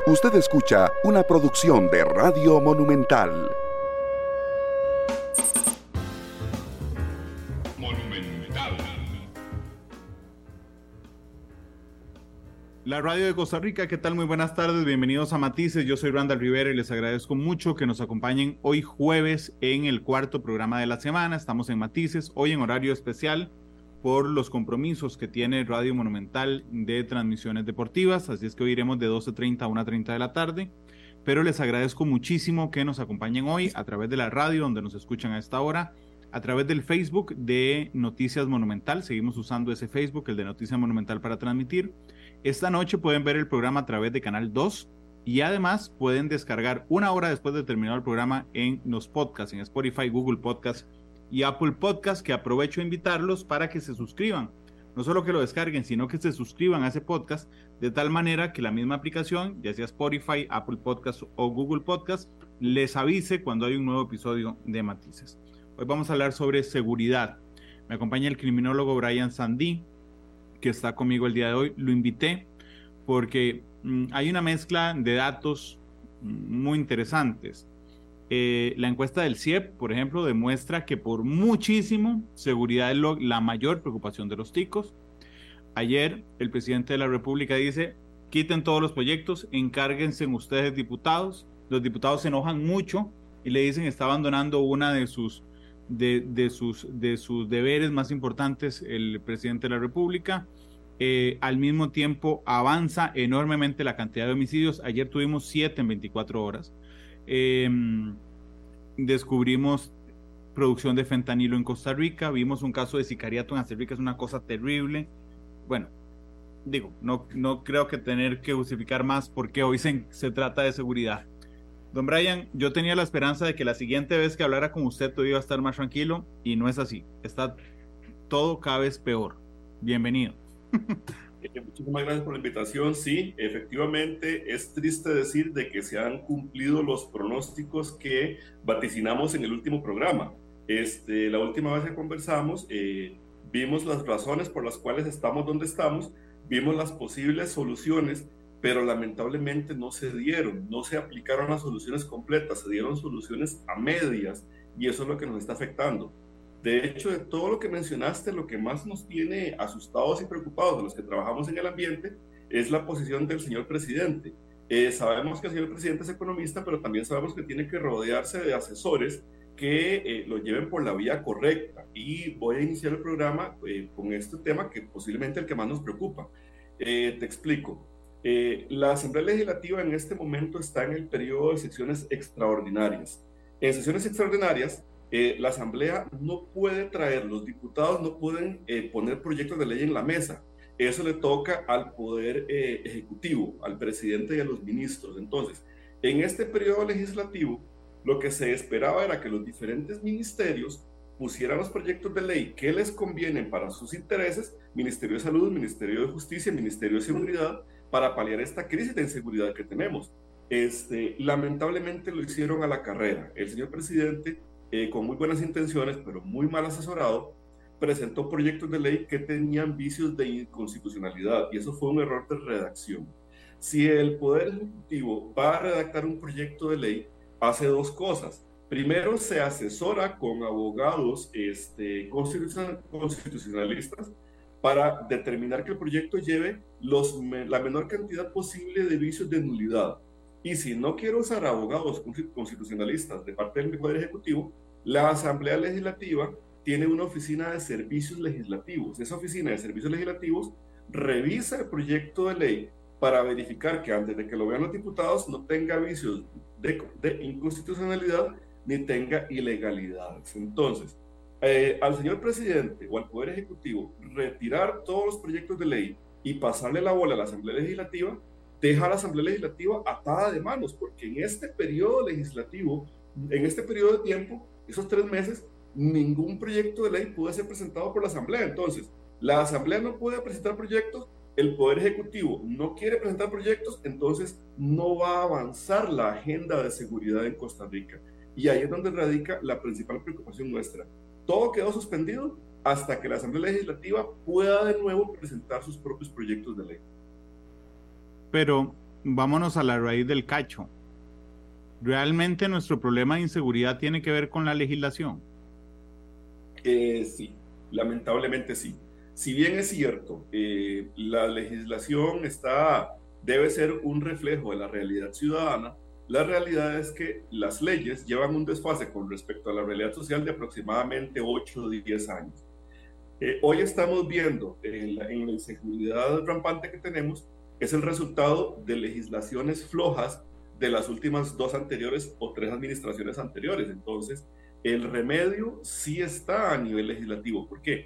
Usted escucha una producción de Radio Monumental. La radio de Costa Rica, ¿qué tal? Muy buenas tardes, bienvenidos a Matices. Yo soy Randall Rivera y les agradezco mucho que nos acompañen hoy jueves en el cuarto programa de la semana. Estamos en Matices, hoy en horario especial por los compromisos que tiene Radio Monumental de transmisiones deportivas, así es que hoy iremos de 12:30 a 1:30 de la tarde, pero les agradezco muchísimo que nos acompañen hoy a través de la radio, donde nos escuchan a esta hora, a través del Facebook de Noticias Monumental. Seguimos usando ese Facebook, el de Noticias Monumental, para transmitir. Esta noche pueden ver el programa a través de Canal 2 y además pueden descargar una hora después de terminar el programa en los podcasts, en Spotify, Google Podcasts y Apple Podcasts, que aprovecho a invitarlos para que se suscriban. No solo que lo descarguen, sino que se suscriban a ese podcast de tal manera que la misma aplicación, ya sea Spotify, Apple Podcasts o Google Podcasts, les avise cuando hay un nuevo episodio de Matices. Hoy vamos a hablar sobre seguridad. Me acompaña el criminólogo Brian Sandí, que está conmigo el día de hoy. Lo invité porque hay una mezcla de datos muy interesantes. La encuesta del CIEP, por ejemplo, demuestra que por muchísimo seguridad es la mayor preocupación de los ticos. Ayer el presidente de la República dice: quiten todos los proyectos, encárguense ustedes, diputados. Los diputados se enojan mucho y le dicen que está abandonando una de sus deberes más importantes el presidente de la República. Al mismo tiempo avanza enormemente la cantidad de homicidios. Ayer tuvimos 7 en 24 horas. Descubrimos producción de fentanilo en Costa Rica, vimos un caso de sicariato en Costa Rica, es una cosa terrible. Bueno, no creo que tener que justificar más porque hoy se trata de seguridad. Don Brian, yo tenía la esperanza de que la siguiente vez que hablara con usted todo iba a estar más tranquilo y no es así. Está todo cada vez peor. Bienvenido. Muchísimas gracias por la invitación. Sí, efectivamente es triste decir de que se han cumplido los pronósticos que vaticinamos en el último programa. La última vez que conversamos, vimos las razones por las cuales estamos donde estamos, vimos las posibles soluciones, pero lamentablemente no se aplicaron las soluciones completas, se dieron soluciones a medias y eso es lo que nos está afectando. De hecho, de todo lo que mencionaste, lo que más nos tiene asustados y preocupados de los que trabajamos en el ambiente es la posición del señor presidente. Sabemos que el señor presidente es economista, pero también sabemos que tiene que rodearse de asesores que lo lleven por la vía correcta. Y voy a iniciar el programa con este tema que posiblemente es el que más nos preocupa. Te explico. La Asamblea Legislativa en este momento está en el periodo de sesiones extraordinarias. En sesiones extraordinarias, la Asamblea no puede traer, los diputados no pueden poner proyectos de ley en la mesa. Eso le toca al Poder Ejecutivo, al presidente y a los ministros. Entonces, en este periodo legislativo, lo que se esperaba era que los diferentes ministerios pusieran los proyectos de ley que les convienen para sus intereses, Ministerio de Salud, Ministerio de Justicia, Ministerio de Seguridad, para paliar esta crisis de inseguridad que tenemos. Lamentablemente lo hicieron a la carrera. El señor presidente, con muy buenas intenciones, pero muy mal asesorado, presentó proyectos de ley que tenían vicios de inconstitucionalidad, y eso fue un error de redacción. Si el Poder Ejecutivo va a redactar un proyecto de ley, hace dos cosas. Primero, se asesora con abogados constitucionalistas para determinar que el proyecto lleve la menor cantidad posible de vicios de nulidad. Y si no quiero usar abogados constitucionalistas de parte del Poder Ejecutivo, la Asamblea Legislativa tiene una oficina de servicios legislativos. Esa oficina de servicios legislativos revisa el proyecto de ley para verificar que antes de que lo vean los diputados no tenga vicios de inconstitucionalidad ni tenga ilegalidades. Entonces, al señor presidente o al Poder Ejecutivo retirar todos los proyectos de ley y pasarle la bola a la Asamblea Legislativa, deja a la Asamblea Legislativa atada de manos, porque en este periodo legislativo, en este periodo de tiempo, esos 3 meses, ningún proyecto de ley puede ser presentado por la Asamblea. Entonces, la Asamblea no puede presentar proyectos, el Poder Ejecutivo no quiere presentar proyectos, entonces no va a avanzar la agenda de seguridad en Costa Rica. Y ahí es donde radica la principal preocupación nuestra. Todo quedó suspendido hasta que la Asamblea Legislativa pueda de nuevo presentar sus propios proyectos de ley. Pero vámonos a la raíz del cacho. ¿Realmente nuestro problema de inseguridad tiene que ver con la legislación? Sí, lamentablemente sí. Si bien es cierto, la legislación debe ser un reflejo de la realidad ciudadana, la realidad es que las leyes llevan un desfase con respecto a la realidad social de aproximadamente 8 o 10 años. Hoy estamos viendo en la inseguridad rampante que tenemos, es el resultado de legislaciones flojas de las últimas 2 anteriores o 3 administraciones anteriores. Entonces, el remedio sí está a nivel legislativo. ¿Por qué?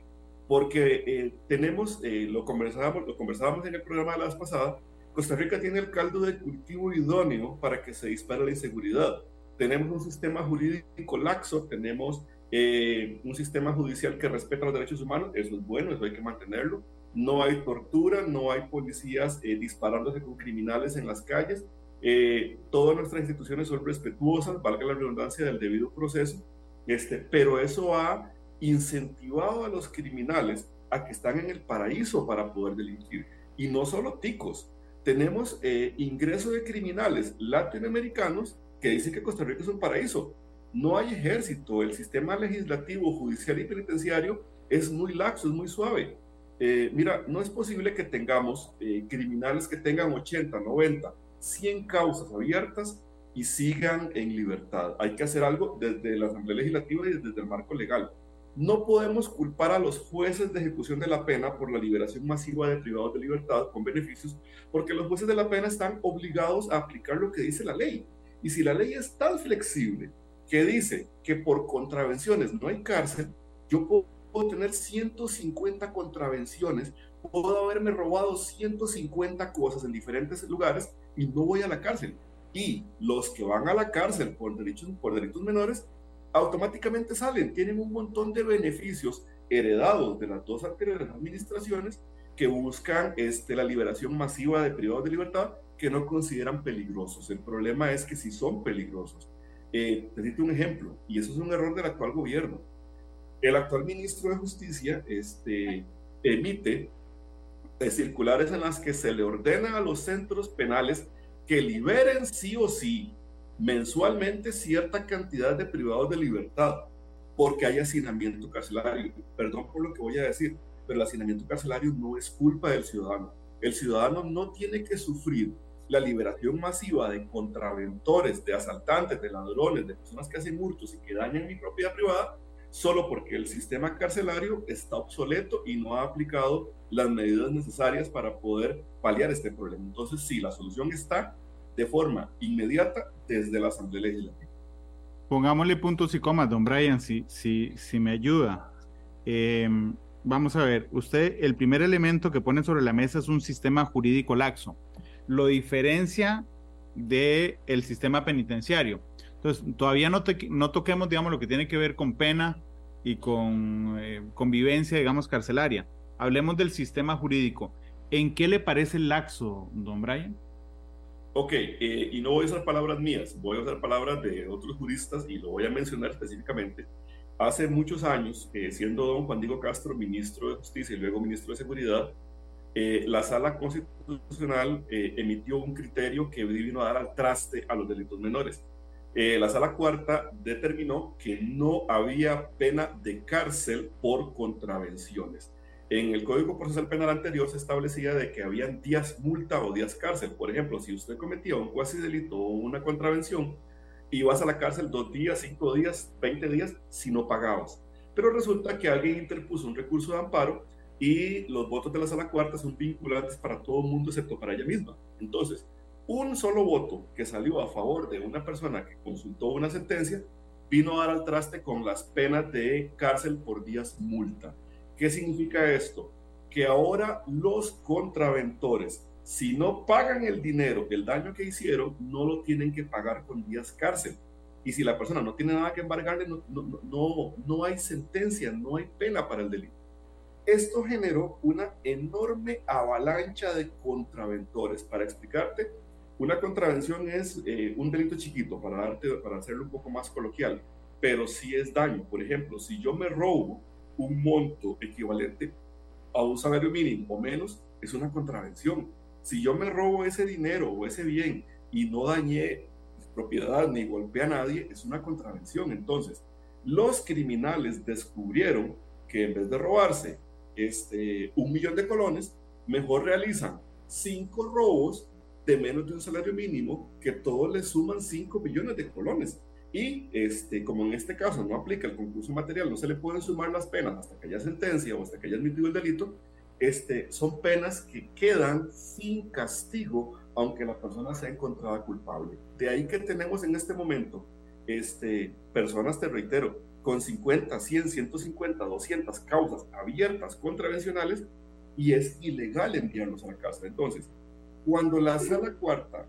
Porque tenemos, lo conversábamos en el programa de la vez pasada, Costa Rica tiene el caldo de cultivo idóneo para que se dispare la inseguridad. Tenemos un sistema jurídico laxo, tenemos un sistema judicial que respeta los derechos humanos, eso es bueno, eso hay que mantenerlo. No hay tortura, no hay policías disparándose con criminales en las calles. Todas nuestras instituciones son respetuosas, valga la redundancia, del debido proceso, pero eso ha incentivado a los criminales a que están en el paraíso para poder delinquir. Y no solo ticos, tenemos ingreso de criminales latinoamericanos que dicen que Costa Rica es un paraíso. No hay ejército, el sistema legislativo, judicial y penitenciario es muy laxo, es muy suave. Mira, no es posible que tengamos criminales que tengan 80, 90, 100 causas abiertas y sigan en libertad. Hay que hacer algo desde la Asamblea Legislativa y desde el marco legal. No podemos culpar a los jueces de ejecución de la pena por la liberación masiva de privados de libertad con beneficios, porque los jueces de la pena están obligados a aplicar lo que dice la ley. Y si la ley es tan flexible que dice que por contravenciones no hay cárcel, yo puedo tener 150 contravenciones, puedo haberme robado 150 cosas en diferentes lugares y no voy a la cárcel. Y los que van a la cárcel por delitos menores automáticamente salen, tienen un montón de beneficios heredados de las 2 anteriores administraciones que buscan la liberación masiva de privados de libertad que no consideran peligrosos. El problema es que si son peligrosos. Necesito un ejemplo, y eso es un error del actual gobierno. El actual ministro de Justicia emite circulares en las que se le ordena a los centros penales que liberen sí o sí mensualmente cierta cantidad de privados de libertad porque hay hacinamiento carcelario. Perdón por lo que voy a decir, pero el hacinamiento carcelario no es culpa del ciudadano. El ciudadano no tiene que sufrir la liberación masiva de contraventores, de asaltantes, de ladrones, de personas que hacen hurtos y que dañan mi propiedad privada, solo porque el sistema carcelario está obsoleto y no ha aplicado las medidas necesarias para poder paliar este problema. Entonces, sí, la solución está de forma inmediata desde la Asamblea Legislativa. Pongámosle puntos y comas, don Brian, si me ayuda. Vamos a ver, usted, el primer elemento que pone sobre la mesa es un sistema jurídico laxo. Lo diferencia del sistema penitenciario. Entonces, todavía no toquemos, digamos, lo que tiene que ver con pena y con convivencia, digamos, carcelaria. Hablemos del sistema jurídico. ¿En qué le parece laxo, don Brian? Ok, y no voy a usar palabras mías, voy a usar palabras de otros juristas y lo voy a mencionar específicamente. Hace muchos años, siendo don Juan Diego Castro ministro de Justicia y luego ministro de Seguridad, la Sala Constitucional emitió un criterio que vino a dar al traste a los delitos menores. La Sala Cuarta determinó que no había pena de cárcel por contravenciones. En el Código Procesal Penal anterior se establecía de que habían días multa o días cárcel. Por ejemplo, si usted cometía un cuasi delito o una contravención, ibas a la cárcel 2 días, 5 días, 20 días si no pagabas. Pero resulta que alguien interpuso un recurso de amparo y los votos de la Sala Cuarta son vinculantes para todo el mundo excepto para ella misma. Entonces, un solo voto que salió a favor de una persona que consultó una sentencia vino a dar al traste con las penas de cárcel por días multa. ¿Qué significa esto? Que ahora los contraventores, si no pagan el dinero, el daño que hicieron, no lo tienen que pagar con días cárcel. Y si la persona no tiene nada que embargarle, no hay sentencia, no hay pena para el delito. Esto generó una enorme avalancha de contraventores. Para explicarte, una contravención es un delito chiquito, para hacerlo un poco más coloquial, pero sí es daño. Por ejemplo, si yo me robo un monto equivalente a un salario mínimo o menos, es una contravención. Si yo me robo ese dinero o ese bien y no dañé propiedad ni golpeé a nadie, es una contravención. Entonces, los criminales descubrieron que en vez de robarse 1 millón de colones, mejor realizan 5 robos de menos de un salario mínimo que todos les suman 5 millones de colones. Y como en este caso no aplica el concurso material, no se le pueden sumar las penas hasta que haya sentencia o hasta que haya admitido el delito, son penas que quedan sin castigo aunque la persona sea encontrada culpable. De ahí que tenemos en este momento personas, te reitero, con 50, 100, 150, 200 causas abiertas contravencionales, y es ilegal enviarlos a la cárcel. Entonces, cuando la Sala Cuarta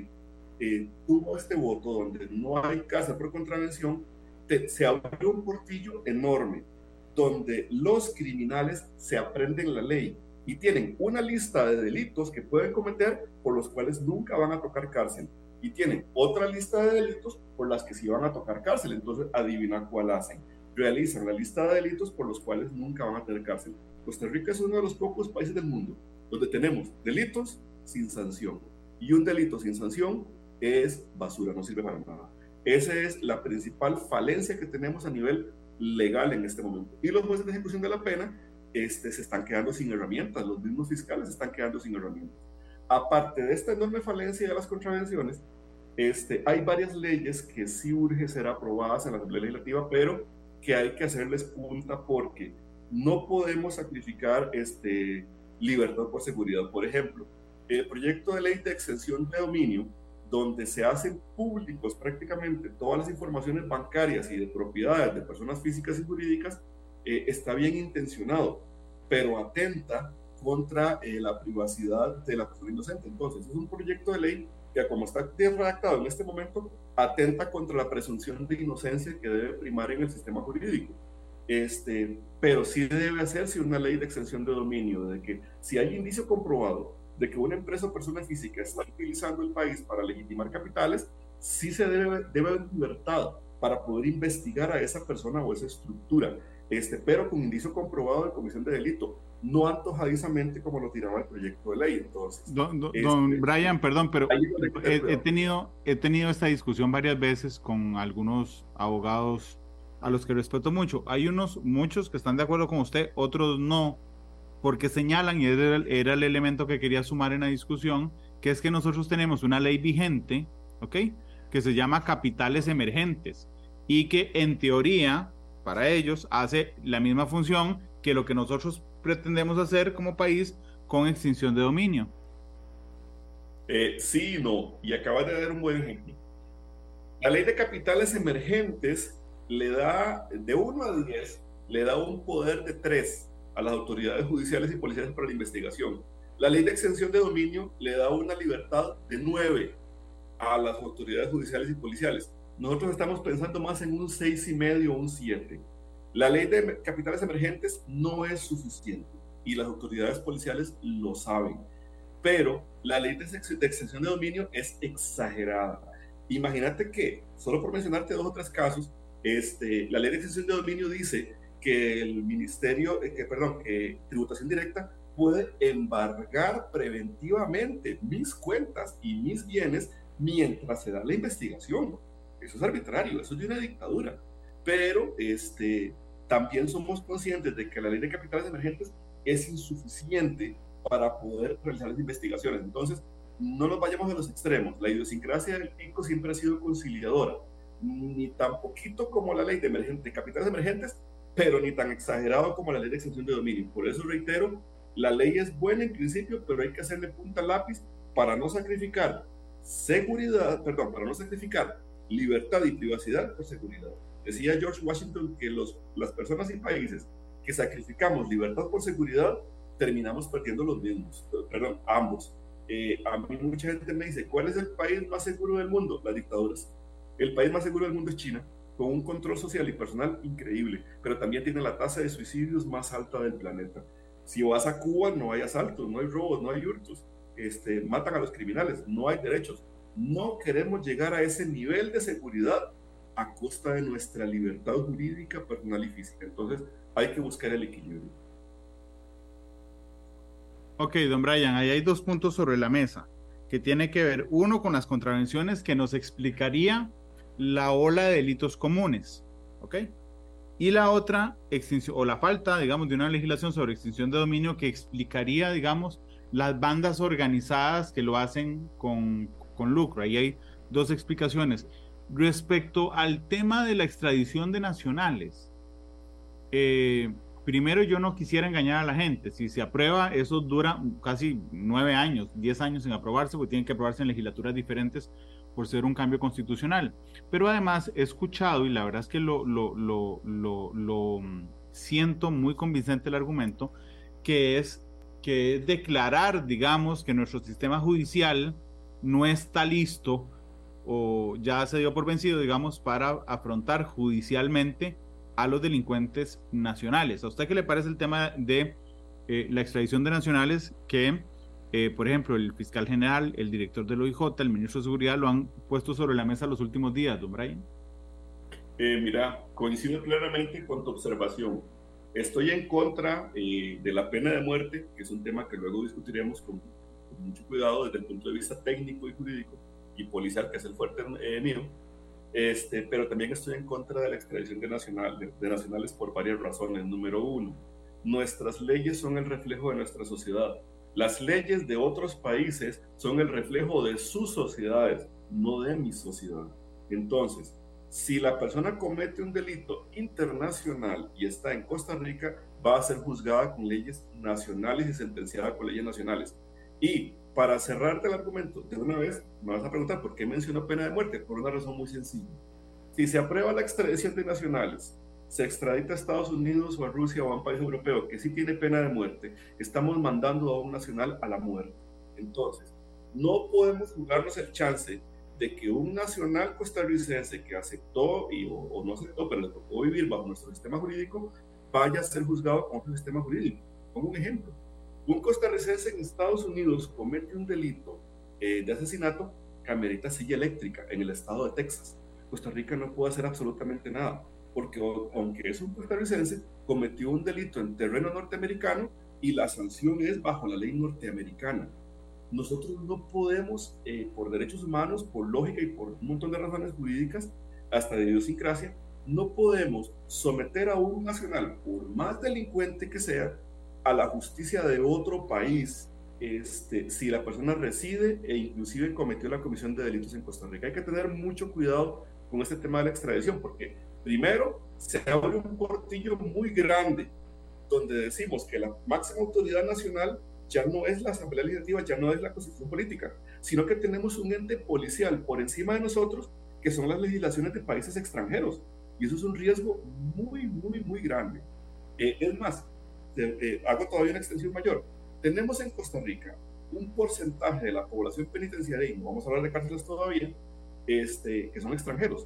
tuvo este voto donde no hay cárcel por contravención, se abrió un portillo enorme donde los criminales se aprenden la ley y tienen una lista de delitos que pueden cometer por los cuales nunca van a tocar cárcel, y tienen otra lista de delitos por las que sí van a tocar cárcel. Entonces, adivina cuál hacen. Realizan la lista de delitos por los cuales nunca van a tener cárcel. Costa Rica es uno de los pocos países del mundo donde tenemos delitos sin sanción, y un delito sin sanción es basura, no sirve para nada. Esa es la principal falencia que tenemos a nivel legal en este momento. Y los jueces de ejecución de la pena se están quedando sin herramientas, los mismos fiscales se están quedando sin herramientas. Aparte de esta enorme falencia de las contravenciones, hay varias leyes que sí urge ser aprobadas en la Asamblea Legislativa, pero que hay que hacerles punta porque no podemos sacrificar libertad por seguridad. Por ejemplo, el proyecto de ley de exención de dominio, donde se hacen públicos prácticamente todas las informaciones bancarias y de propiedades de personas físicas y jurídicas, está bien intencionado, pero atenta contra la privacidad de la persona inocente. Entonces, es un proyecto de ley que, como está redactado en este momento, atenta contra la presunción de inocencia que debe primar en el sistema jurídico. Pero sí debe hacerse una ley de exención de dominio, de que si hay indicio comprobado de que una empresa o persona física está utilizando el país para legitimar capitales, sí se debe haber libertad para poder investigar a esa persona o esa estructura, pero con indicio comprobado de comisión de delito, no antojadizamente como lo tiraba el proyecto de ley. Entonces, don Brian, perdón, pero he tenido esta discusión varias veces con algunos abogados a los que respeto mucho. Hay muchos que están de acuerdo con usted, otros no, porque señalan, y era el elemento que quería sumar en la discusión, que es que nosotros tenemos una ley vigente, ¿ok?, que se llama capitales emergentes, y que en teoría, para ellos, hace la misma función que lo que nosotros pretendemos hacer como país con extinción de dominio. Sí y no, y acabas de dar un buen ejemplo. La ley de capitales emergentes le da, de 1 a 10, le da un poder de 3 a las autoridades judiciales y policiales para la investigación. La ley de exención de dominio le da una libertad de 9 a las autoridades judiciales y policiales. Nosotros estamos pensando más en un 6,5 o un 7. La ley de capitales emergentes no es suficiente y las autoridades policiales lo saben, pero la ley de exención de dominio es exagerada. Imagínate que, solo por mencionarte 2 o 3 casos, la ley de exención de dominio dice que el ministerio, tributación directa puede embargar preventivamente mis cuentas y mis bienes mientras se da la investigación. Eso es arbitrario, eso es de una dictadura. Pero también somos conscientes de que la ley de capitales emergentes es insuficiente para poder realizar las investigaciones. Entonces, no nos vayamos a los extremos. La idiosincrasia del PICO siempre ha sido conciliadora, ni tan poquito como la ley de capitales emergentes, pero ni tan exagerado como la ley de exención de dominio. Por eso reitero, la ley es buena en principio, pero hay que hacerle punta al lápiz para no sacrificar para no sacrificar libertad y privacidad por seguridad. Decía George Washington que las personas y países que sacrificamos libertad por seguridad terminamos perdiendo ambos. A mí mucha gente me dice, ¿cuál es el país más seguro del mundo? Las dictaduras. El país más seguro del mundo es China, con un control social y personal increíble, pero también tiene la tasa de suicidios más alta del planeta. Si vas a Cuba, no hay asaltos, no hay robos, no hay hurtos, matan a los criminales, no hay derechos. No queremos llegar a ese nivel de seguridad a costa de nuestra libertad jurídica, personal y física. Entonces hay que buscar el equilibrio. Ok, don Brian, ahí hay dos puntos sobre la mesa que tiene que ver, uno, con las contravenciones que nos explicaría la ola de delitos comunes, ¿ok? Y la otra, extinción, o la falta, digamos, de una legislación sobre extinción de dominio que explicaría, digamos, las bandas organizadas que lo hacen con lucro. Ahí hay dos explicaciones. Respecto al tema de la extradición de nacionales, primero yo no quisiera engañar a la gente. Si se aprueba, eso dura casi 9 años, 10 años en aprobarse, porque tienen que aprobarse en legislaturas diferentes por ser un cambio constitucional. Pero además he escuchado, y la verdad es que lo siento muy convincente el argumento, que es declarar, digamos, que nuestro sistema judicial no está listo o ya se dio por vencido, digamos, para afrontar judicialmente a los delincuentes nacionales. ¿A usted qué le parece el tema de la extradición de nacionales que, por ejemplo, el fiscal general, el director del OIJ, el ministro de Seguridad lo han puesto sobre la mesa los últimos días, don Brian? Mira, coincido plenamente con tu observación. Estoy en contra de la pena de muerte, que es un tema que luego discutiremos con mucho cuidado desde el punto de vista técnico y jurídico y policial, que es el fuerte mío. Pero también estoy en contra de la extradición de nacionales por varias razones. Número uno, nuestras leyes son el reflejo de nuestra sociedad. Las leyes de otros países son el reflejo de sus sociedades, no de mi sociedad. Entonces, si la persona comete un delito internacional y está en Costa Rica, va a ser juzgada con leyes nacionales y sentenciada con leyes nacionales. Y para cerrarte el argumento, de una vez me vas a preguntar por qué menciono pena de muerte. Por una razón muy sencilla. Si se aprueba la extradición de nacionales, se extradita a Estados Unidos o a Rusia o a un país europeo que sí tiene pena de muerte, estamos mandando a un nacional a la muerte. Entonces, no podemos jugarnos el chance de que un nacional costarricense que aceptó o no aceptó, pero le tocó vivir bajo nuestro sistema jurídico, vaya a ser juzgado con otro sistema jurídico. Pongo un ejemplo. Un costarricense en Estados Unidos comete un delito de asesinato que amerita silla eléctrica en el estado de Texas. Costa Rica no puede hacer absolutamente nada, porque aunque es un costarricense, cometió un delito en terreno norteamericano y la sanción es bajo la ley norteamericana. Nosotros no podemos, por derechos humanos, por lógica y por un montón de razones jurídicas, hasta de idiosincrasia, no podemos someter a un nacional, por más delincuente que sea, a la justicia de otro país, si la persona reside e inclusive cometió la comisión de delitos en Costa Rica. Hay que tener mucho cuidado con este tema de la extradición, porque primero se abre un portillo muy grande, donde decimos que la máxima autoridad nacional ya no es la Asamblea Legislativa, ya no es la Constitución Política, sino que tenemos un ente policial por encima de nosotros, que son las legislaciones de países extranjeros, y eso es un riesgo muy, muy, muy grande. Es más, hago todavía una extensión mayor. Tenemos en Costa Rica un porcentaje de la población penitenciaria, y no vamos a hablar de cárceles todavía, que son extranjeros.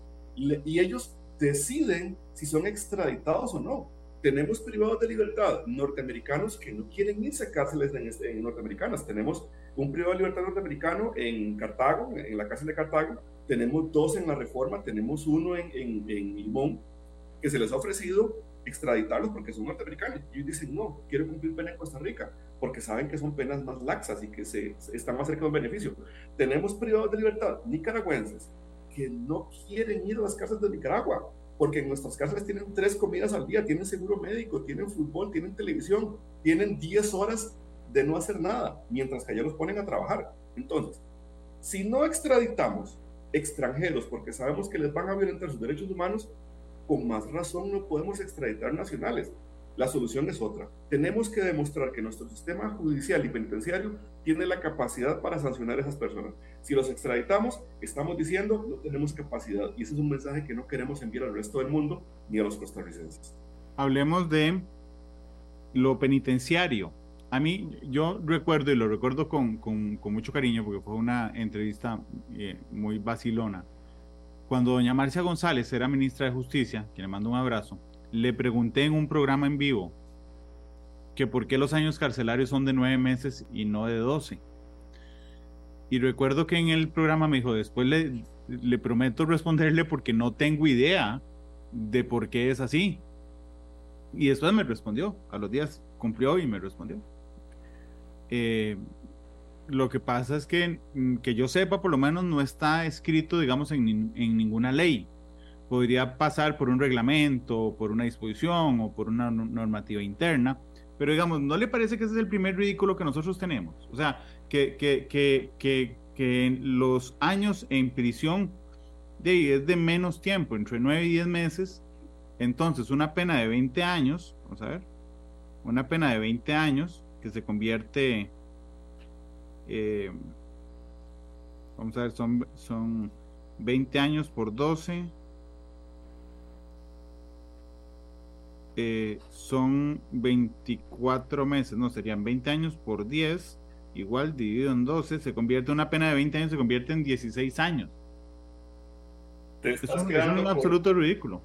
Y ellos deciden si son extraditados o no. Tenemos privados de libertad norteamericanos que no quieren irse a cárceles norteamericanas. Tenemos un privado de libertad norteamericano en Cartago, en la cárcel de Cartago. Tenemos 2 en la Reforma, tenemos 1 en Limón, que se les ha ofrecido extraditarlos porque son norteamericanos. Y ellos dicen, no, quiero cumplir pena en Costa Rica, porque saben que son penas más laxas y que están más cerca de un beneficio. Tenemos privados de libertad nicaragüenses que no quieren ir a las cárceles de Nicaragua, porque en nuestras cárceles tienen 3 comidas al día, tienen seguro médico, tienen fútbol, tienen televisión, tienen 10 horas de no hacer nada, mientras que allá los ponen a trabajar. Entonces, si no extraditamos extranjeros porque sabemos que les van a violentar sus derechos humanos, con más razón no podemos extraditar nacionales. La solución es otra. Tenemos que demostrar que nuestro sistema judicial y penitenciario tiene la capacidad para sancionar a esas personas. Si los extraditamos, estamos diciendo no tenemos capacidad, y ese es un mensaje que no queremos enviar al resto del mundo ni a los costarricenses. Hablemos de lo penitenciario. A mí, yo recuerdo, y lo recuerdo con mucho cariño, porque fue una entrevista muy vacilona. Cuando doña Marcia González era ministra de Justicia, quien le mando un abrazo, le pregunté en un programa en vivo que por qué los años carcelarios son de 9 meses y no de 12. Y recuerdo que en el programa me dijo, después le prometo responderle porque no tengo idea de por qué es así. Y después me respondió, a los días cumplió y me respondió. Eh, lo que pasa es que yo sepa, por lo menos no está escrito, digamos, en ninguna ley. Podría pasar por un reglamento, por una disposición o por una normativa interna, pero digamos, ¿no le parece que ese es el primer ridículo que nosotros tenemos? O sea, que los años en prisión es de menos tiempo, entre 9 y 10 meses, entonces una pena de 20 años, vamos a ver, una pena de 20 años que se convierte, eh, vamos a ver, son 20 años por 12. Son 24 meses, no, serían 20 años por 10, igual dividido en 12, se convierte una pena de 20 años, se convierte en 16 años. Te Es estás es un quedando con... absoluto ridículo.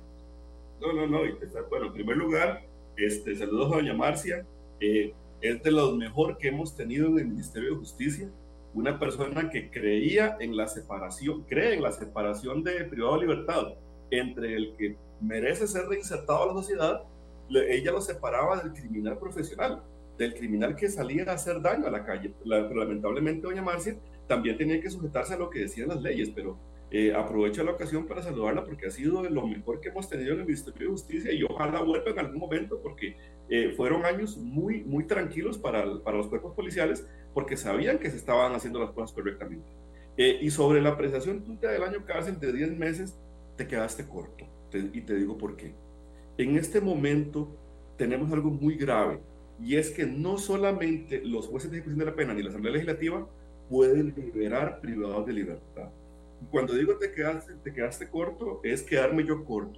No, bueno, en primer lugar, saludos a doña Marcia, es de los mejor que hemos tenido en el Ministerio de Justicia, una persona que creía en la separación, cree en la separación de privado de libertad entre el que merece ser reinsertado a la sociedad. Ella lo separaba del criminal profesional, del criminal que salía a hacer daño a la calle. Pero lamentablemente doña Marcia también tenía que sujetarse a lo que decían las leyes, pero aprovecho la ocasión para saludarla porque ha sido de lo mejor que hemos tenido en el Ministerio de Justicia y ojalá vuelva en algún momento porque fueron años muy, muy tranquilos para los cuerpos policiales porque sabían que se estaban haciendo las cosas correctamente. Y sobre la apreciación tuya del año cárcel de 10 meses, te quedaste corto y te digo por qué. En este momento tenemos algo muy grave y es que no solamente los jueces de ejecución de la pena ni la Asamblea Legislativa pueden liberar privados de libertad. Cuando digo te quedaste corto, es quedarme yo corto.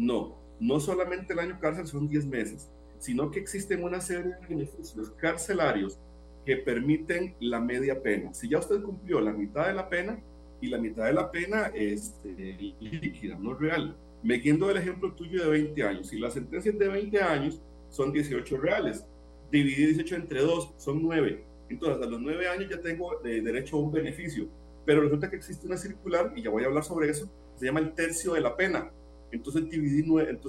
No solamente el año cárcel son 10 meses, sino que existen una serie de beneficios carcelarios que permiten la media pena. Si ya usted cumplió la mitad de la pena, y la mitad de la pena es líquida, no real. Me guiando del ejemplo tuyo de 20 años. Si la sentencia es de 20 años, son 18 reales. Dividir 18 entre 2 son 9. Entonces, a los 9 años ya tengo derecho a un beneficio. Pero resulta que existe una circular, y ya voy a hablar sobre eso, se llama el tercio de la pena. Entonces dividí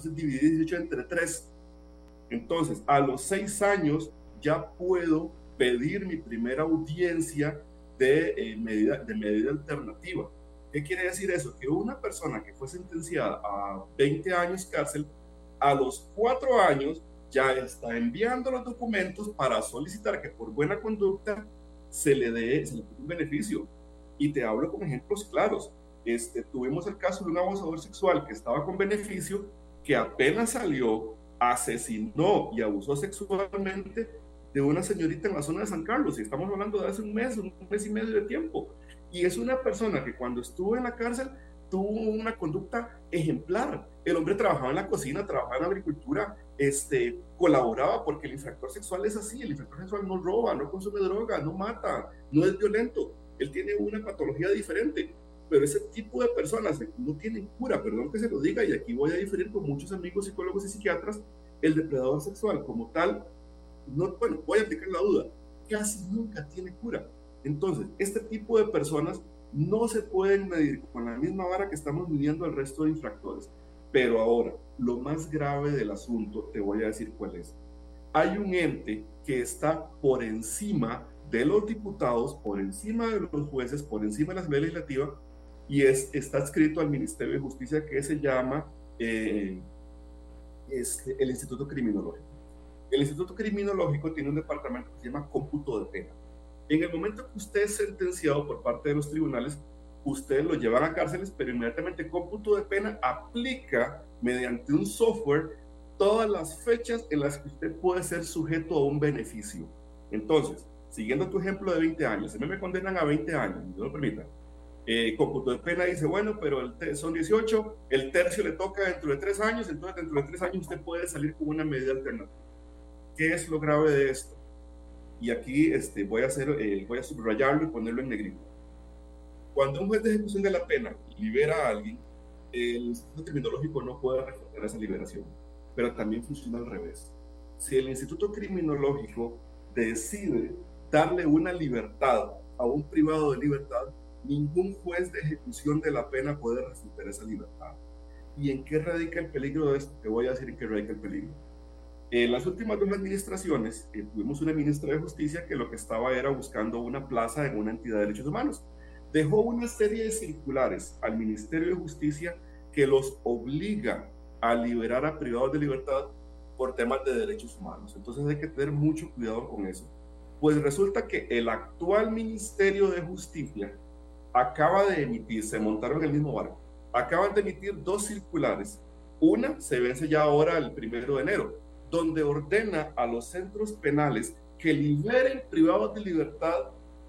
18 entre 3. Entonces, a los 6 años ya puedo pedir mi primera audiencia de medida alternativa. ¿Qué quiere decir eso? Que una persona que fue sentenciada a 20 años cárcel, a los 4 años ya está enviando los documentos para solicitar que por buena conducta se le dé un beneficio. Y te hablo con ejemplos claros. Tuvimos el caso de un abusador sexual que estaba con beneficio, que apenas salió, asesinó y abusó sexualmente de una señorita en la zona de San Carlos, y estamos hablando de hace un mes y medio de tiempo, y es una persona que cuando estuvo en la cárcel tuvo una conducta ejemplar. El hombre trabajaba en la cocina, trabajaba en la agricultura, colaboraba, porque el infractor sexual es así, el infractor sexual no roba, no consume droga, no mata, no es violento, él tiene una patología diferente, pero ese tipo de personas no tienen cura, perdón que se lo diga, y aquí voy a diferir con muchos amigos psicólogos y psiquiatras. El depredador sexual como tal, bueno, voy a aplicar la duda, casi nunca tiene cura. Entonces, este tipo de personas no se pueden medir con la misma vara que estamos midiendo al resto de infractores. Pero ahora, lo más grave del asunto, te voy a decir cuál es. Hay un ente que está por encima de los diputados, por encima de los jueces, por encima de la Asamblea Legislativa, y está adscrito al Ministerio de Justicia, que se llama el Instituto Criminológico. El Instituto Criminológico tiene un departamento que se llama cómputo de pena. En el momento que usted es sentenciado por parte de los tribunales, ustedes lo llevan a cárceles, pero inmediatamente cómputo de pena aplica mediante un software todas las fechas en las que usted puede ser sujeto a un beneficio. Entonces, siguiendo tu ejemplo de 20 años, a mí me condenan a 20 años, no lo permita. Cómputo de pena dice, bueno, pero son 18, el tercio le toca dentro de 3 años, entonces dentro de 3 años usted puede salir con una medida alternativa. ¿Qué es lo grave de esto? Y aquí voy a subrayarlo y ponerlo en negrito. Cuando un juez de ejecución de la pena libera a alguien, el Instituto Criminológico no puede reforzar esa liberación, pero también funciona al revés. Si el Instituto Criminológico decide darle una libertad a un privado de libertad, ningún juez de ejecución de la pena puede refutar esa libertad. ¿Y en qué radica el peligro de esto? Te voy a decir en qué radica el peligro. En las últimas dos administraciones tuvimos una ministra de Justicia que lo que estaba era buscando una plaza en una entidad de derechos humanos. Dejó una serie de circulares al Ministerio de Justicia que los obliga a liberar a privados de libertad por temas de derechos humanos. Entonces hay que tener mucho cuidado con eso. Pues resulta que el actual Ministerio de Justicia acaba de emitir, se montaron en el mismo barco, acaban de emitir dos circulares. Una se vence ya ahora el 1 de enero, donde ordena a los centros penales que liberen privados de libertad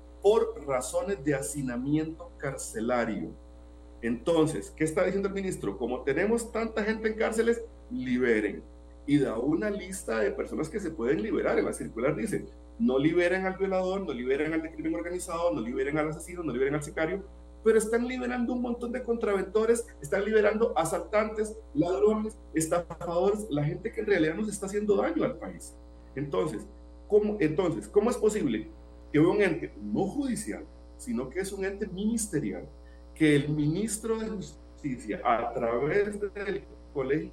por razones de hacinamiento carcelario. Entonces, ¿qué está diciendo el ministro? Como tenemos tanta gente en cárceles, liberen. Y da una lista de personas que se pueden liberar. En la circular dice, no liberen al violador, no liberen al de crimen organizado, no liberen al asesino, no liberen al sicario, pero están liberando un montón de contraventores, están liberando asaltantes, ladrones, estafadores, la gente que en realidad nos está haciendo daño al país. Entonces, ¿cómo es posible que un ente no judicial, sino que es un ente ministerial, que el ministro de Justicia, a través del Colegio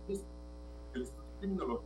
del Criminológico,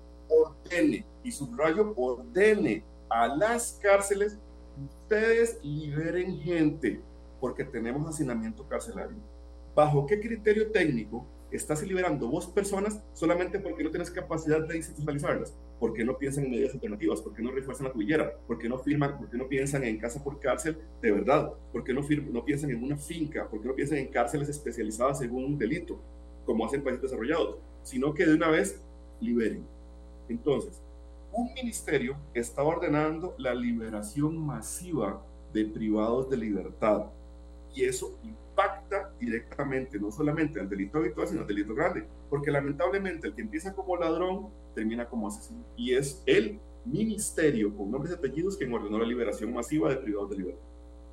ordene, y subrayo, ordene a las cárceles, ustedes liberen gente, porque tenemos hacinamiento carcelario? ¿Bajo qué criterio técnico estás liberando vos personas solamente porque no tienes capacidad de institucionalizarlas? ¿Por qué no piensan en medidas alternativas? ¿Por qué no refuerzan la tubillera? ¿Por qué no firman? ¿Por qué no piensan en casa por cárcel de verdad? ¿Por qué no piensan en una finca? ¿Por qué no piensan en cárceles especializadas según un delito, como hacen países desarrollados? Sino que de una vez liberen. Entonces, un ministerio está ordenando la liberación masiva de privados de libertad, y eso impacta directamente no solamente al delito habitual, sino al delito grande, porque lamentablemente el que empieza como ladrón termina como asesino, y es el ministerio con nombres y apellidos quien ordenó la liberación masiva de privados de libertad.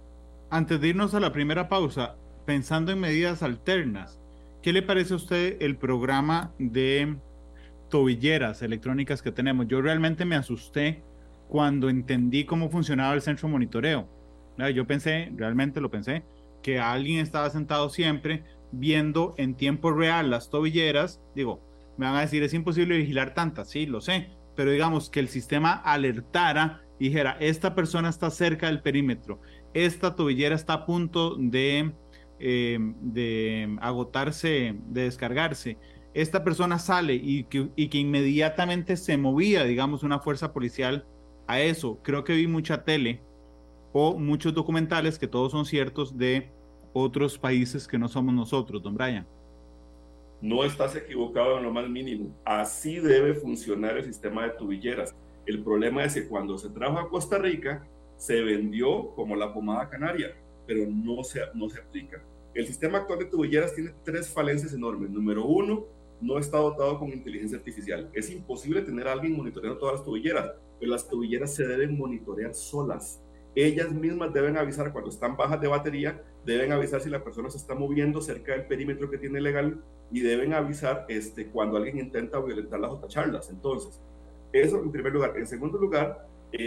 Antes de irnos a la primera pausa, pensando en medidas alternas, ¿qué le parece a usted el programa de tobilleras electrónicas que tenemos? Yo realmente me asusté cuando entendí cómo funcionaba el centro de monitoreo. Yo pensé, realmente lo pensé, que alguien estaba sentado siempre viendo en tiempo real las tobilleras. Digo, me van a decir, es imposible vigilar tantas, sí, lo sé, pero digamos que el sistema alertara y dijera, esta persona está cerca del perímetro, esta tobillera está a punto de agotarse, de descargarse, esta persona sale y que inmediatamente se movía, digamos, una fuerza policial a eso. Creo que vi mucha tele o muchos documentales, que todos son ciertos, de otros países que no somos nosotros, don Brian. No estás equivocado en lo más mínimo. Así debe funcionar el sistema de tubilleras. El problema es que cuando se trajo a Costa Rica, se vendió como la pomada canaria, pero no se aplica. El sistema actual de tubilleras tiene tres falencias enormes. Número uno, no está dotado con inteligencia artificial. Es imposible tener a alguien monitoreando todas las tubilleras, pero las tubilleras se deben monitorear solas. Ellas mismas deben avisar cuando están bajas de batería, deben avisar si la persona se está moviendo cerca del perímetro que tiene legal, y deben avisar cuando alguien intenta violentarlas o tacharlas. Entonces, eso en primer lugar. En segundo lugar,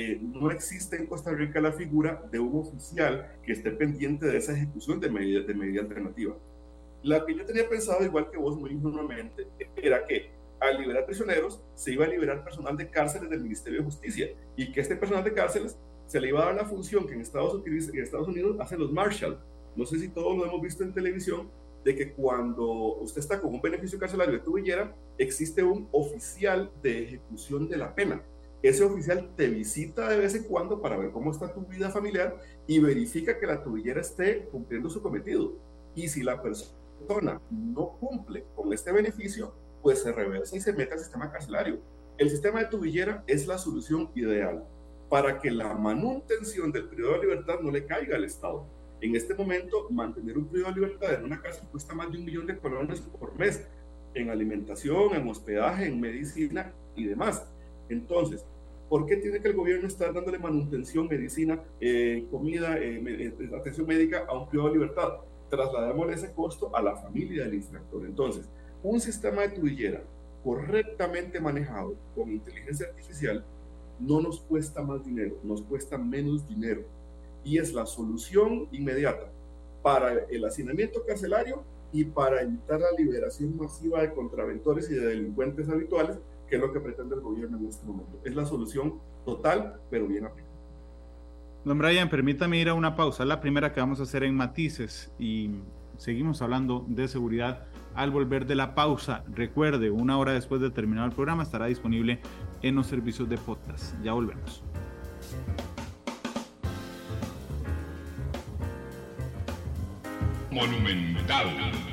no existe en Costa Rica la figura de un oficial que esté pendiente de esa ejecución de medida alternativa. La que yo tenía pensado, igual que vos muy ingenuamente, era que al liberar prisioneros se iba a liberar personal de cárceles del Ministerio de Justicia, y que este personal de cárceles se le iba a dar la función que en Estados Unidos hacen los Marshall. No sé si todos lo hemos visto en televisión, de que cuando usted está con un beneficio carcelario de tubillera, existe un oficial de ejecución de la pena. Ese oficial te visita de vez en cuando para ver cómo está tu vida familiar y verifica que la tubillera esté cumpliendo su cometido. Y si la persona no cumple con este beneficio, pues se reversa y se mete al sistema carcelario. El sistema de tubillera es la solución ideal para que la manutención del privado de libertad no le caiga al Estado. En este momento, mantener un privado de libertad en una cárcel cuesta más de $1 millón por mes, en alimentación, en hospedaje, en medicina y demás. Entonces, ¿por qué tiene que el gobierno estar dándole manutención, medicina, comida, atención médica a un privado de libertad? Trasladémosle ese costo a la familia del infractor. Entonces, un sistema de tubillera correctamente manejado con inteligencia artificial no nos cuesta más dinero, nos cuesta menos dinero, y es la solución inmediata para el hacinamiento carcelario y para evitar la liberación masiva de contraventores y de delincuentes habituales que es lo que pretende el gobierno en este momento. Es la solución total, pero bien aplicada. Don Brian, permítame ir a una pausa, la primera que vamos a hacer en Matices, y seguimos hablando de seguridad al volver de la pausa. Recuerde, 1 hora después de terminar el programa estará disponible en los servicios de podcast. Ya volvemos. Monumental.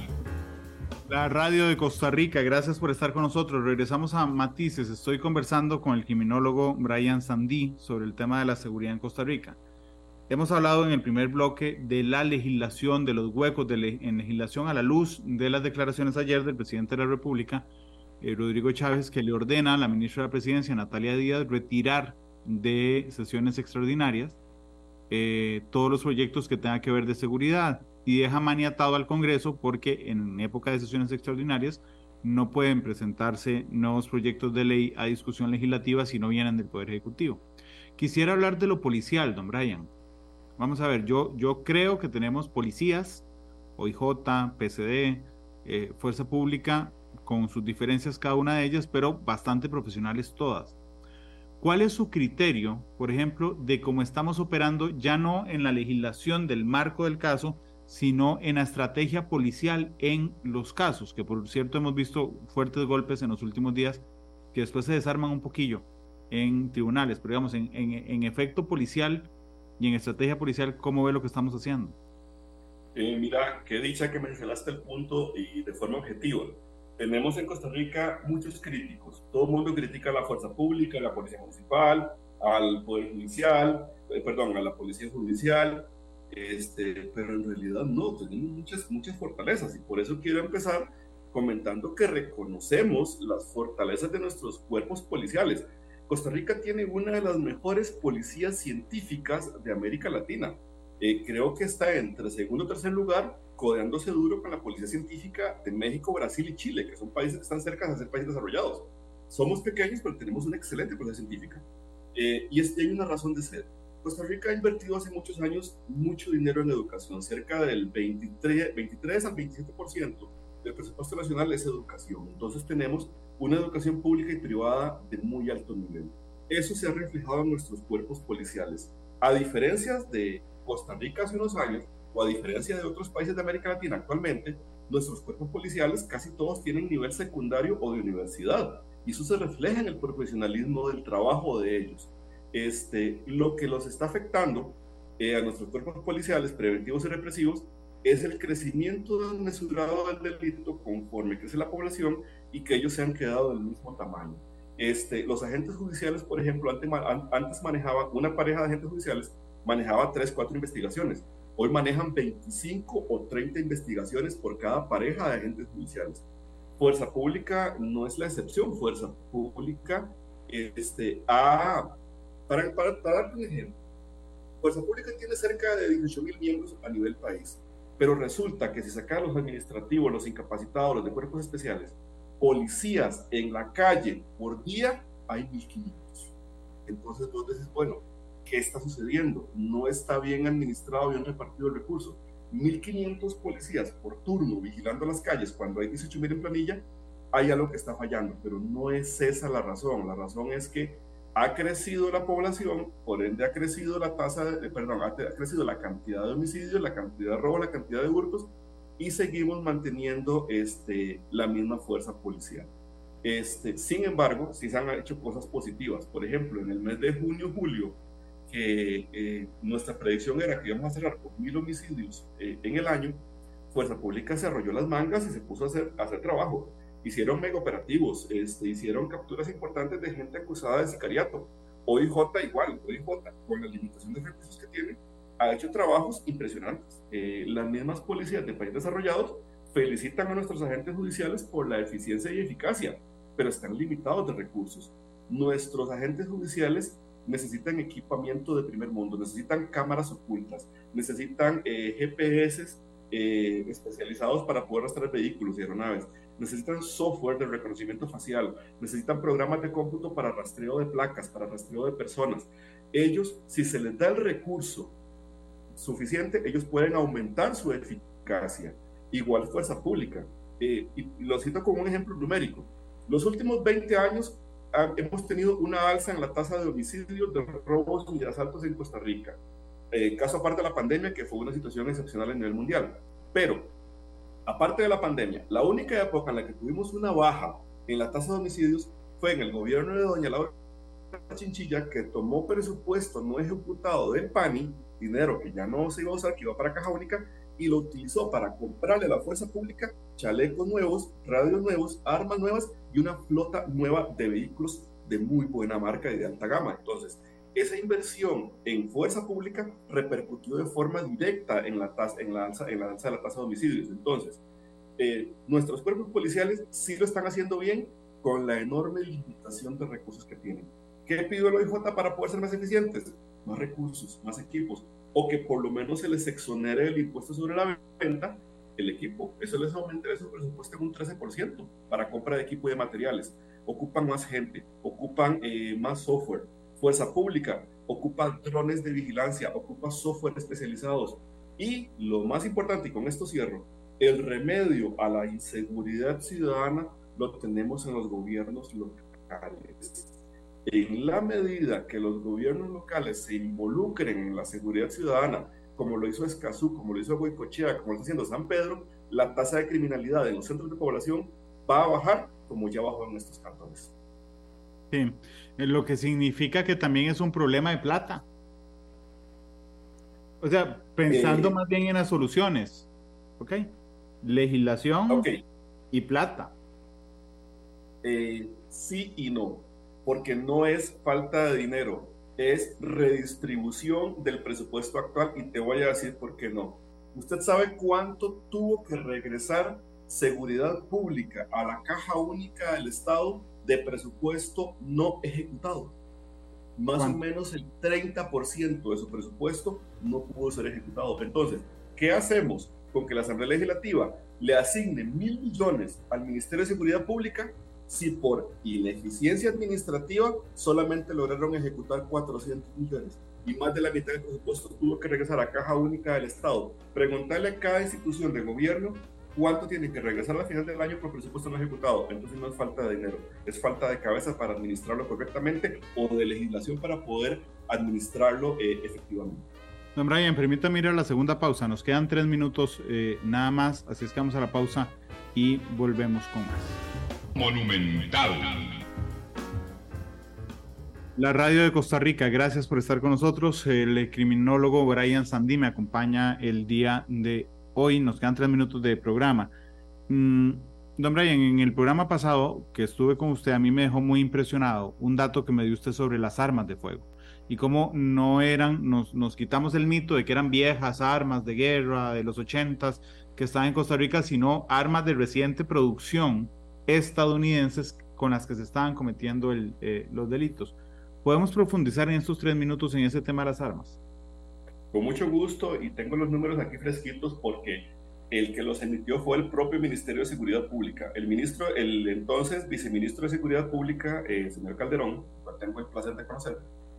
La radio de Costa Rica, gracias por estar con nosotros. Regresamos a Matices. Estoy conversando con el criminólogo Brian Sandí sobre el tema de la seguridad en Costa Rica. Hemos hablado en el primer bloque de la legislación, de los huecos en legislación a la luz de las declaraciones ayer del presidente de la República, Rodrigo Chávez, que le ordena a la ministra de la Presidencia, Natalia Díaz, retirar de sesiones extraordinarias todos los proyectos que tengan que ver de seguridad, y deja maniatado al Congreso porque en época de sesiones extraordinarias no pueden presentarse nuevos proyectos de ley a discusión legislativa si no vienen del Poder Ejecutivo. Quisiera hablar de lo policial, don Brian. Vamos a ver, yo creo que tenemos policías, OIJ, PCD, Fuerza Pública, con sus diferencias cada una de ellas, pero bastante profesionales todas. ¿Cuál es su criterio, por ejemplo, de cómo estamos operando ya no en la legislación del marco del caso, sino en la estrategia policial en los casos, que por cierto hemos visto fuertes golpes en los últimos días que después se desarman un poquillo en tribunales, pero digamos en efecto policial y en estrategia policial, ¿cómo ve lo que estamos haciendo? Mira, qué dicha que mencionaste el punto y de forma objetiva. Tenemos en Costa Rica muchos críticos. Todo el mundo critica a la fuerza pública, a la policía municipal, al poder judicial, a la policía judicial, pero en realidad no, tenemos muchas fortalezas, y por eso quiero empezar comentando que reconocemos las fortalezas de nuestros cuerpos policiales. Costa Rica tiene una de las mejores policías científicas de América Latina. Creo que está entre segundo o tercer lugar, codeándose duro con la policía científica de México, Brasil y Chile, que son países que están cerca de ser países desarrollados. Somos pequeños, pero tenemos una excelente policía científica. Y hay una razón de ser. Costa Rica ha invertido hace muchos años mucho dinero en educación. Cerca del 23 al 27% del presupuesto nacional es educación. Entonces tenemos una educación pública y privada de muy alto nivel. Eso se ha reflejado en nuestros cuerpos policiales. A diferencia de Costa Rica hace unos años, o a diferencia de otros países de América Latina actualmente, nuestros cuerpos policiales casi todos tienen nivel secundario o de universidad, y eso se refleja en el profesionalismo del trabajo de ellos. Lo que los está afectando a nuestros cuerpos policiales preventivos y represivos es el crecimiento desmesurado del delito conforme crece la población y que ellos se han quedado del mismo tamaño. Los agentes judiciales, por ejemplo, antes manejaban, una pareja de agentes judiciales manejaba 3, 4 investigaciones. Hoy manejan 25 o 30 investigaciones por cada pareja de agentes judiciales. Fuerza Pública no es la excepción. Fuerza Pública, para darte un ejemplo, Fuerza Pública tiene cerca de 18,000 miembros a nivel país, pero resulta que si sacan los administrativos, los incapacitados, los de cuerpos especiales, policías en la calle por día, hay 1,500. Entonces vos decís, bueno, ¿qué está sucediendo? No está bien administrado, bien repartido el recurso. 1,500 policías por turno vigilando las calles cuando hay 18,000 en planilla, hay algo que está fallando, pero no es esa la razón. La razón es que ha crecido la población, por ende ha crecido ha crecido la cantidad de homicidios, la cantidad de robos, la cantidad de hurtos, y seguimos manteniendo la misma fuerza policial. Sin embargo, sí se han hecho cosas positivas. Por ejemplo, en el mes de junio-julio, que nuestra predicción era que íbamos a cerrar con 1,000 homicidios en el año, Fuerza Pública se arrolló las mangas y se puso a hacer trabajo. Hicieron mega operativos, hicieron capturas importantes de gente acusada de sicariato. OIJ igual, OIJ, con la limitación de recursos que tiene, ha hecho trabajos impresionantes. Las mismas policías de países desarrollados felicitan a nuestros agentes judiciales por la eficiencia y eficacia, pero están limitados de recursos. Nuestros agentes judiciales necesitan equipamiento de primer mundo, necesitan cámaras ocultas, necesitan GPS especializados para poder rastrear vehículos y aeronaves, necesitan software de reconocimiento facial, necesitan programas de cómputo para rastreo de placas, para rastreo de personas. Ellos, si se les da el recurso suficiente, ellos pueden aumentar su eficacia. Igual Fuerza Pública. Y lo cito como un ejemplo numérico. Los últimos 20 años, hemos tenido una alza en la tasa de homicidios, de robos y de asaltos en Costa Rica. Caso aparte de la pandemia, que fue una situación excepcional a nivel mundial. Pero, aparte de la pandemia, la única época en la que tuvimos una baja en la tasa de homicidios fue en el gobierno de doña Laura Chinchilla, que tomó presupuesto no ejecutado del PANI, dinero que ya no se iba a usar, que iba para Caja Única, y lo utilizó para comprarle a la fuerza pública chalecos nuevos, radios nuevos, armas nuevas y una flota nueva de vehículos de muy buena marca y de alta gama. Entonces, esa inversión en fuerza pública repercutió de forma directa en la alza de la tasa de homicidios. Entonces, nuestros cuerpos policiales sí lo están haciendo bien con la enorme limitación de recursos que tienen. ¿Qué pidió el OIJ para poder ser más eficientes? Más recursos, más equipos, o que por lo menos se les exonere el impuesto sobre la venta el equipo. Eso les aumenta su presupuesto en un 13% para compra de equipo y de materiales. Ocupan más gente, ocupan más software. Fuerza pública ocupa drones de vigilancia, ocupa software especializados. Y lo más importante, y con esto cierro, el remedio a la inseguridad ciudadana lo tenemos en los gobiernos locales. En la medida que los gobiernos locales se involucren en la seguridad ciudadana, como lo hizo Escazú, como lo hizo Goicoechea, como lo está haciendo San Pedro, la tasa de criminalidad en los centros de población va a bajar, como ya bajó en estos cantones. Sí, lo que significa que también es un problema de plata. O sea, pensando más bien en las soluciones, ¿ok? Legislación y plata. Sí y no, porque no es falta de dinero, es redistribución del presupuesto actual, y te voy a decir por qué no. ¿Usted sabe cuánto tuvo que regresar Seguridad Pública a la Caja Única del Estado de presupuesto no ejecutado? Más o menos el 30% de su presupuesto no pudo ser ejecutado. Entonces, ¿qué hacemos con que la Asamblea Legislativa le asigne 1.000 millones al Ministerio de Seguridad Pública si por ineficiencia administrativa solamente lograron ejecutar 400 millones y más de la mitad del presupuesto tuvo que regresar a Caja Única del Estado? Preguntarle a cada institución de gobierno cuánto tiene que regresar al final del año por presupuesto no ejecutado. Entonces no es falta de dinero, es falta de cabeza para administrarlo correctamente o de legislación para poder administrarlo efectivamente. Don Brian, permítame ir a la segunda pausa. Nos quedan 3 minutos nada más, así es que vamos a la pausa y volvemos con más. Monumental. La radio de Costa Rica, gracias por estar con nosotros. El criminólogo Brian Sandí me acompaña el día de hoy. Nos quedan 3 minutos de programa. Don Brian, en el programa pasado que estuve con usted, a mí me dejó muy impresionado un dato que me dio usted sobre las armas de fuego y cómo no eran, nos quitamos el mito de que eran viejas armas de guerra de los 80s que estaban en Costa Rica, sino armas de reciente producción estadounidenses con las que se estaban cometiendo los delitos. ¿Podemos profundizar en estos 3 minutos en ese tema de las armas? Con mucho gusto, y tengo los números aquí fresquitos porque el que los emitió fue el propio Ministerio de Seguridad Pública. El entonces viceministro de Seguridad Pública, señor Calderón, que tengo el placer de conocer,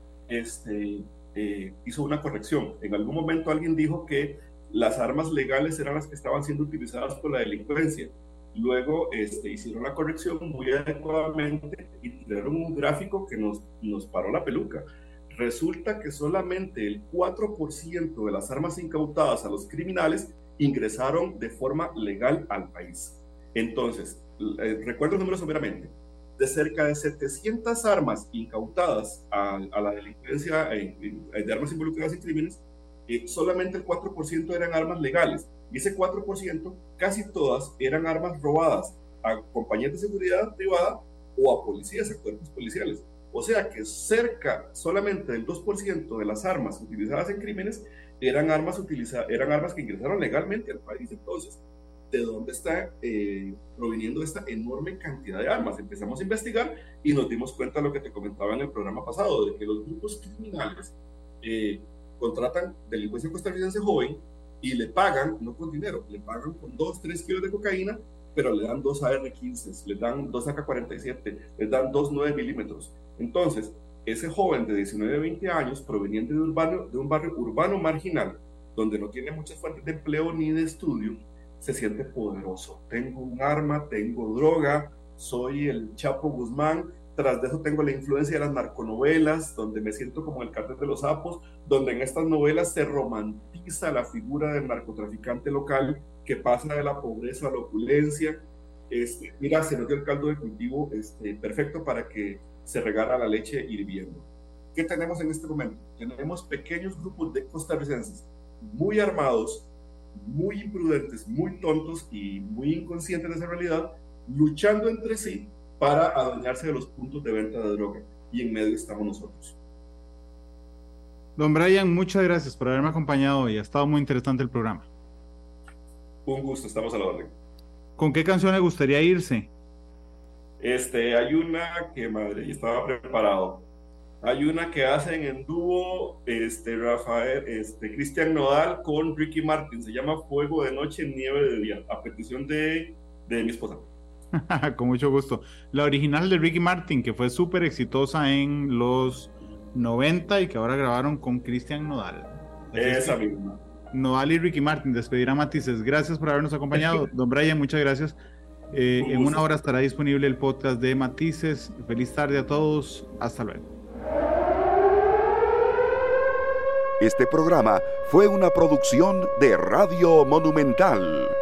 hizo una corrección. En algún momento alguien dijo que las armas legales eran las que estaban siendo utilizadas por la delincuencia. Luego hicieron la corrección muy adecuadamente y tiraron un gráfico que nos paró la peluca. Resulta que solamente el 4% de las armas incautadas a los criminales ingresaron de forma legal al país. Entonces, recuerdo el número someramente, de cerca de 700 armas incautadas a la delincuencia de armas involucradas en crímenes, solamente el 4% eran armas legales. Y ese 4%, casi todas eran armas robadas a compañías de seguridad privada o a policías, a cuerpos policiales. O sea que solamente del 2% de las armas utilizadas en crímenes eran armas que ingresaron legalmente al país. Entonces, ¿de dónde está proviniendo esta enorme cantidad de armas? Empezamos a investigar y nos dimos cuenta de lo que te comentaba en el programa pasado, de que los grupos criminales contratan delincuencia costarricense joven y le pagan, no con dinero, le pagan con 2-3 kilos de cocaína, pero le dan 2 AR-15, le dan 2 AK-47, le dan 2 9 milímetros. Entonces, ese joven de 19-20 años, proveniente de un barrio urbano marginal, donde no tiene muchas fuentes de empleo ni de estudio, se siente poderoso. Tengo un arma, tengo droga, soy el Chapo Guzmán, tras de eso tengo la influencia de las narconovelas, donde me siento como el cartel de los sapos, donde en estas novelas se romantiza la figura del narcotraficante local que pasa de la pobreza a la opulencia. Mira, se nos dio el caldo de cultivo perfecto para que se regara la leche hirviendo. ¿Qué tenemos en este momento? Tenemos pequeños grupos de costarricenses muy armados, muy imprudentes, muy tontos y muy inconscientes de esa realidad, luchando entre sí para adueñarse de los puntos de venta de droga. Y en medio estamos nosotros. Don Brian, muchas gracias por haberme acompañado hoy. Ha estado muy interesante el programa. Un gusto, estamos a la orden. ¿Con qué canción le gustaría irse? Hay una que, madre, y estaba preparado. Hay una que hacen en dúo Cristian Nodal con Ricky Martin. Se llama Fuego de Noche, Nieve de Día, a petición de mi esposa. Con mucho gusto. La original de Ricky Martin, que fue súper exitosa en los 90 y que ahora grabaron con Cristian Nodal. Esa misma. Nodal y Ricky Martin, despedirá Matices. Gracias por habernos acompañado. Don Brian, muchas gracias. En una hora estará disponible el podcast de Matices. Feliz tarde a todos. Hasta luego. Este programa fue una producción de Radio Monumental.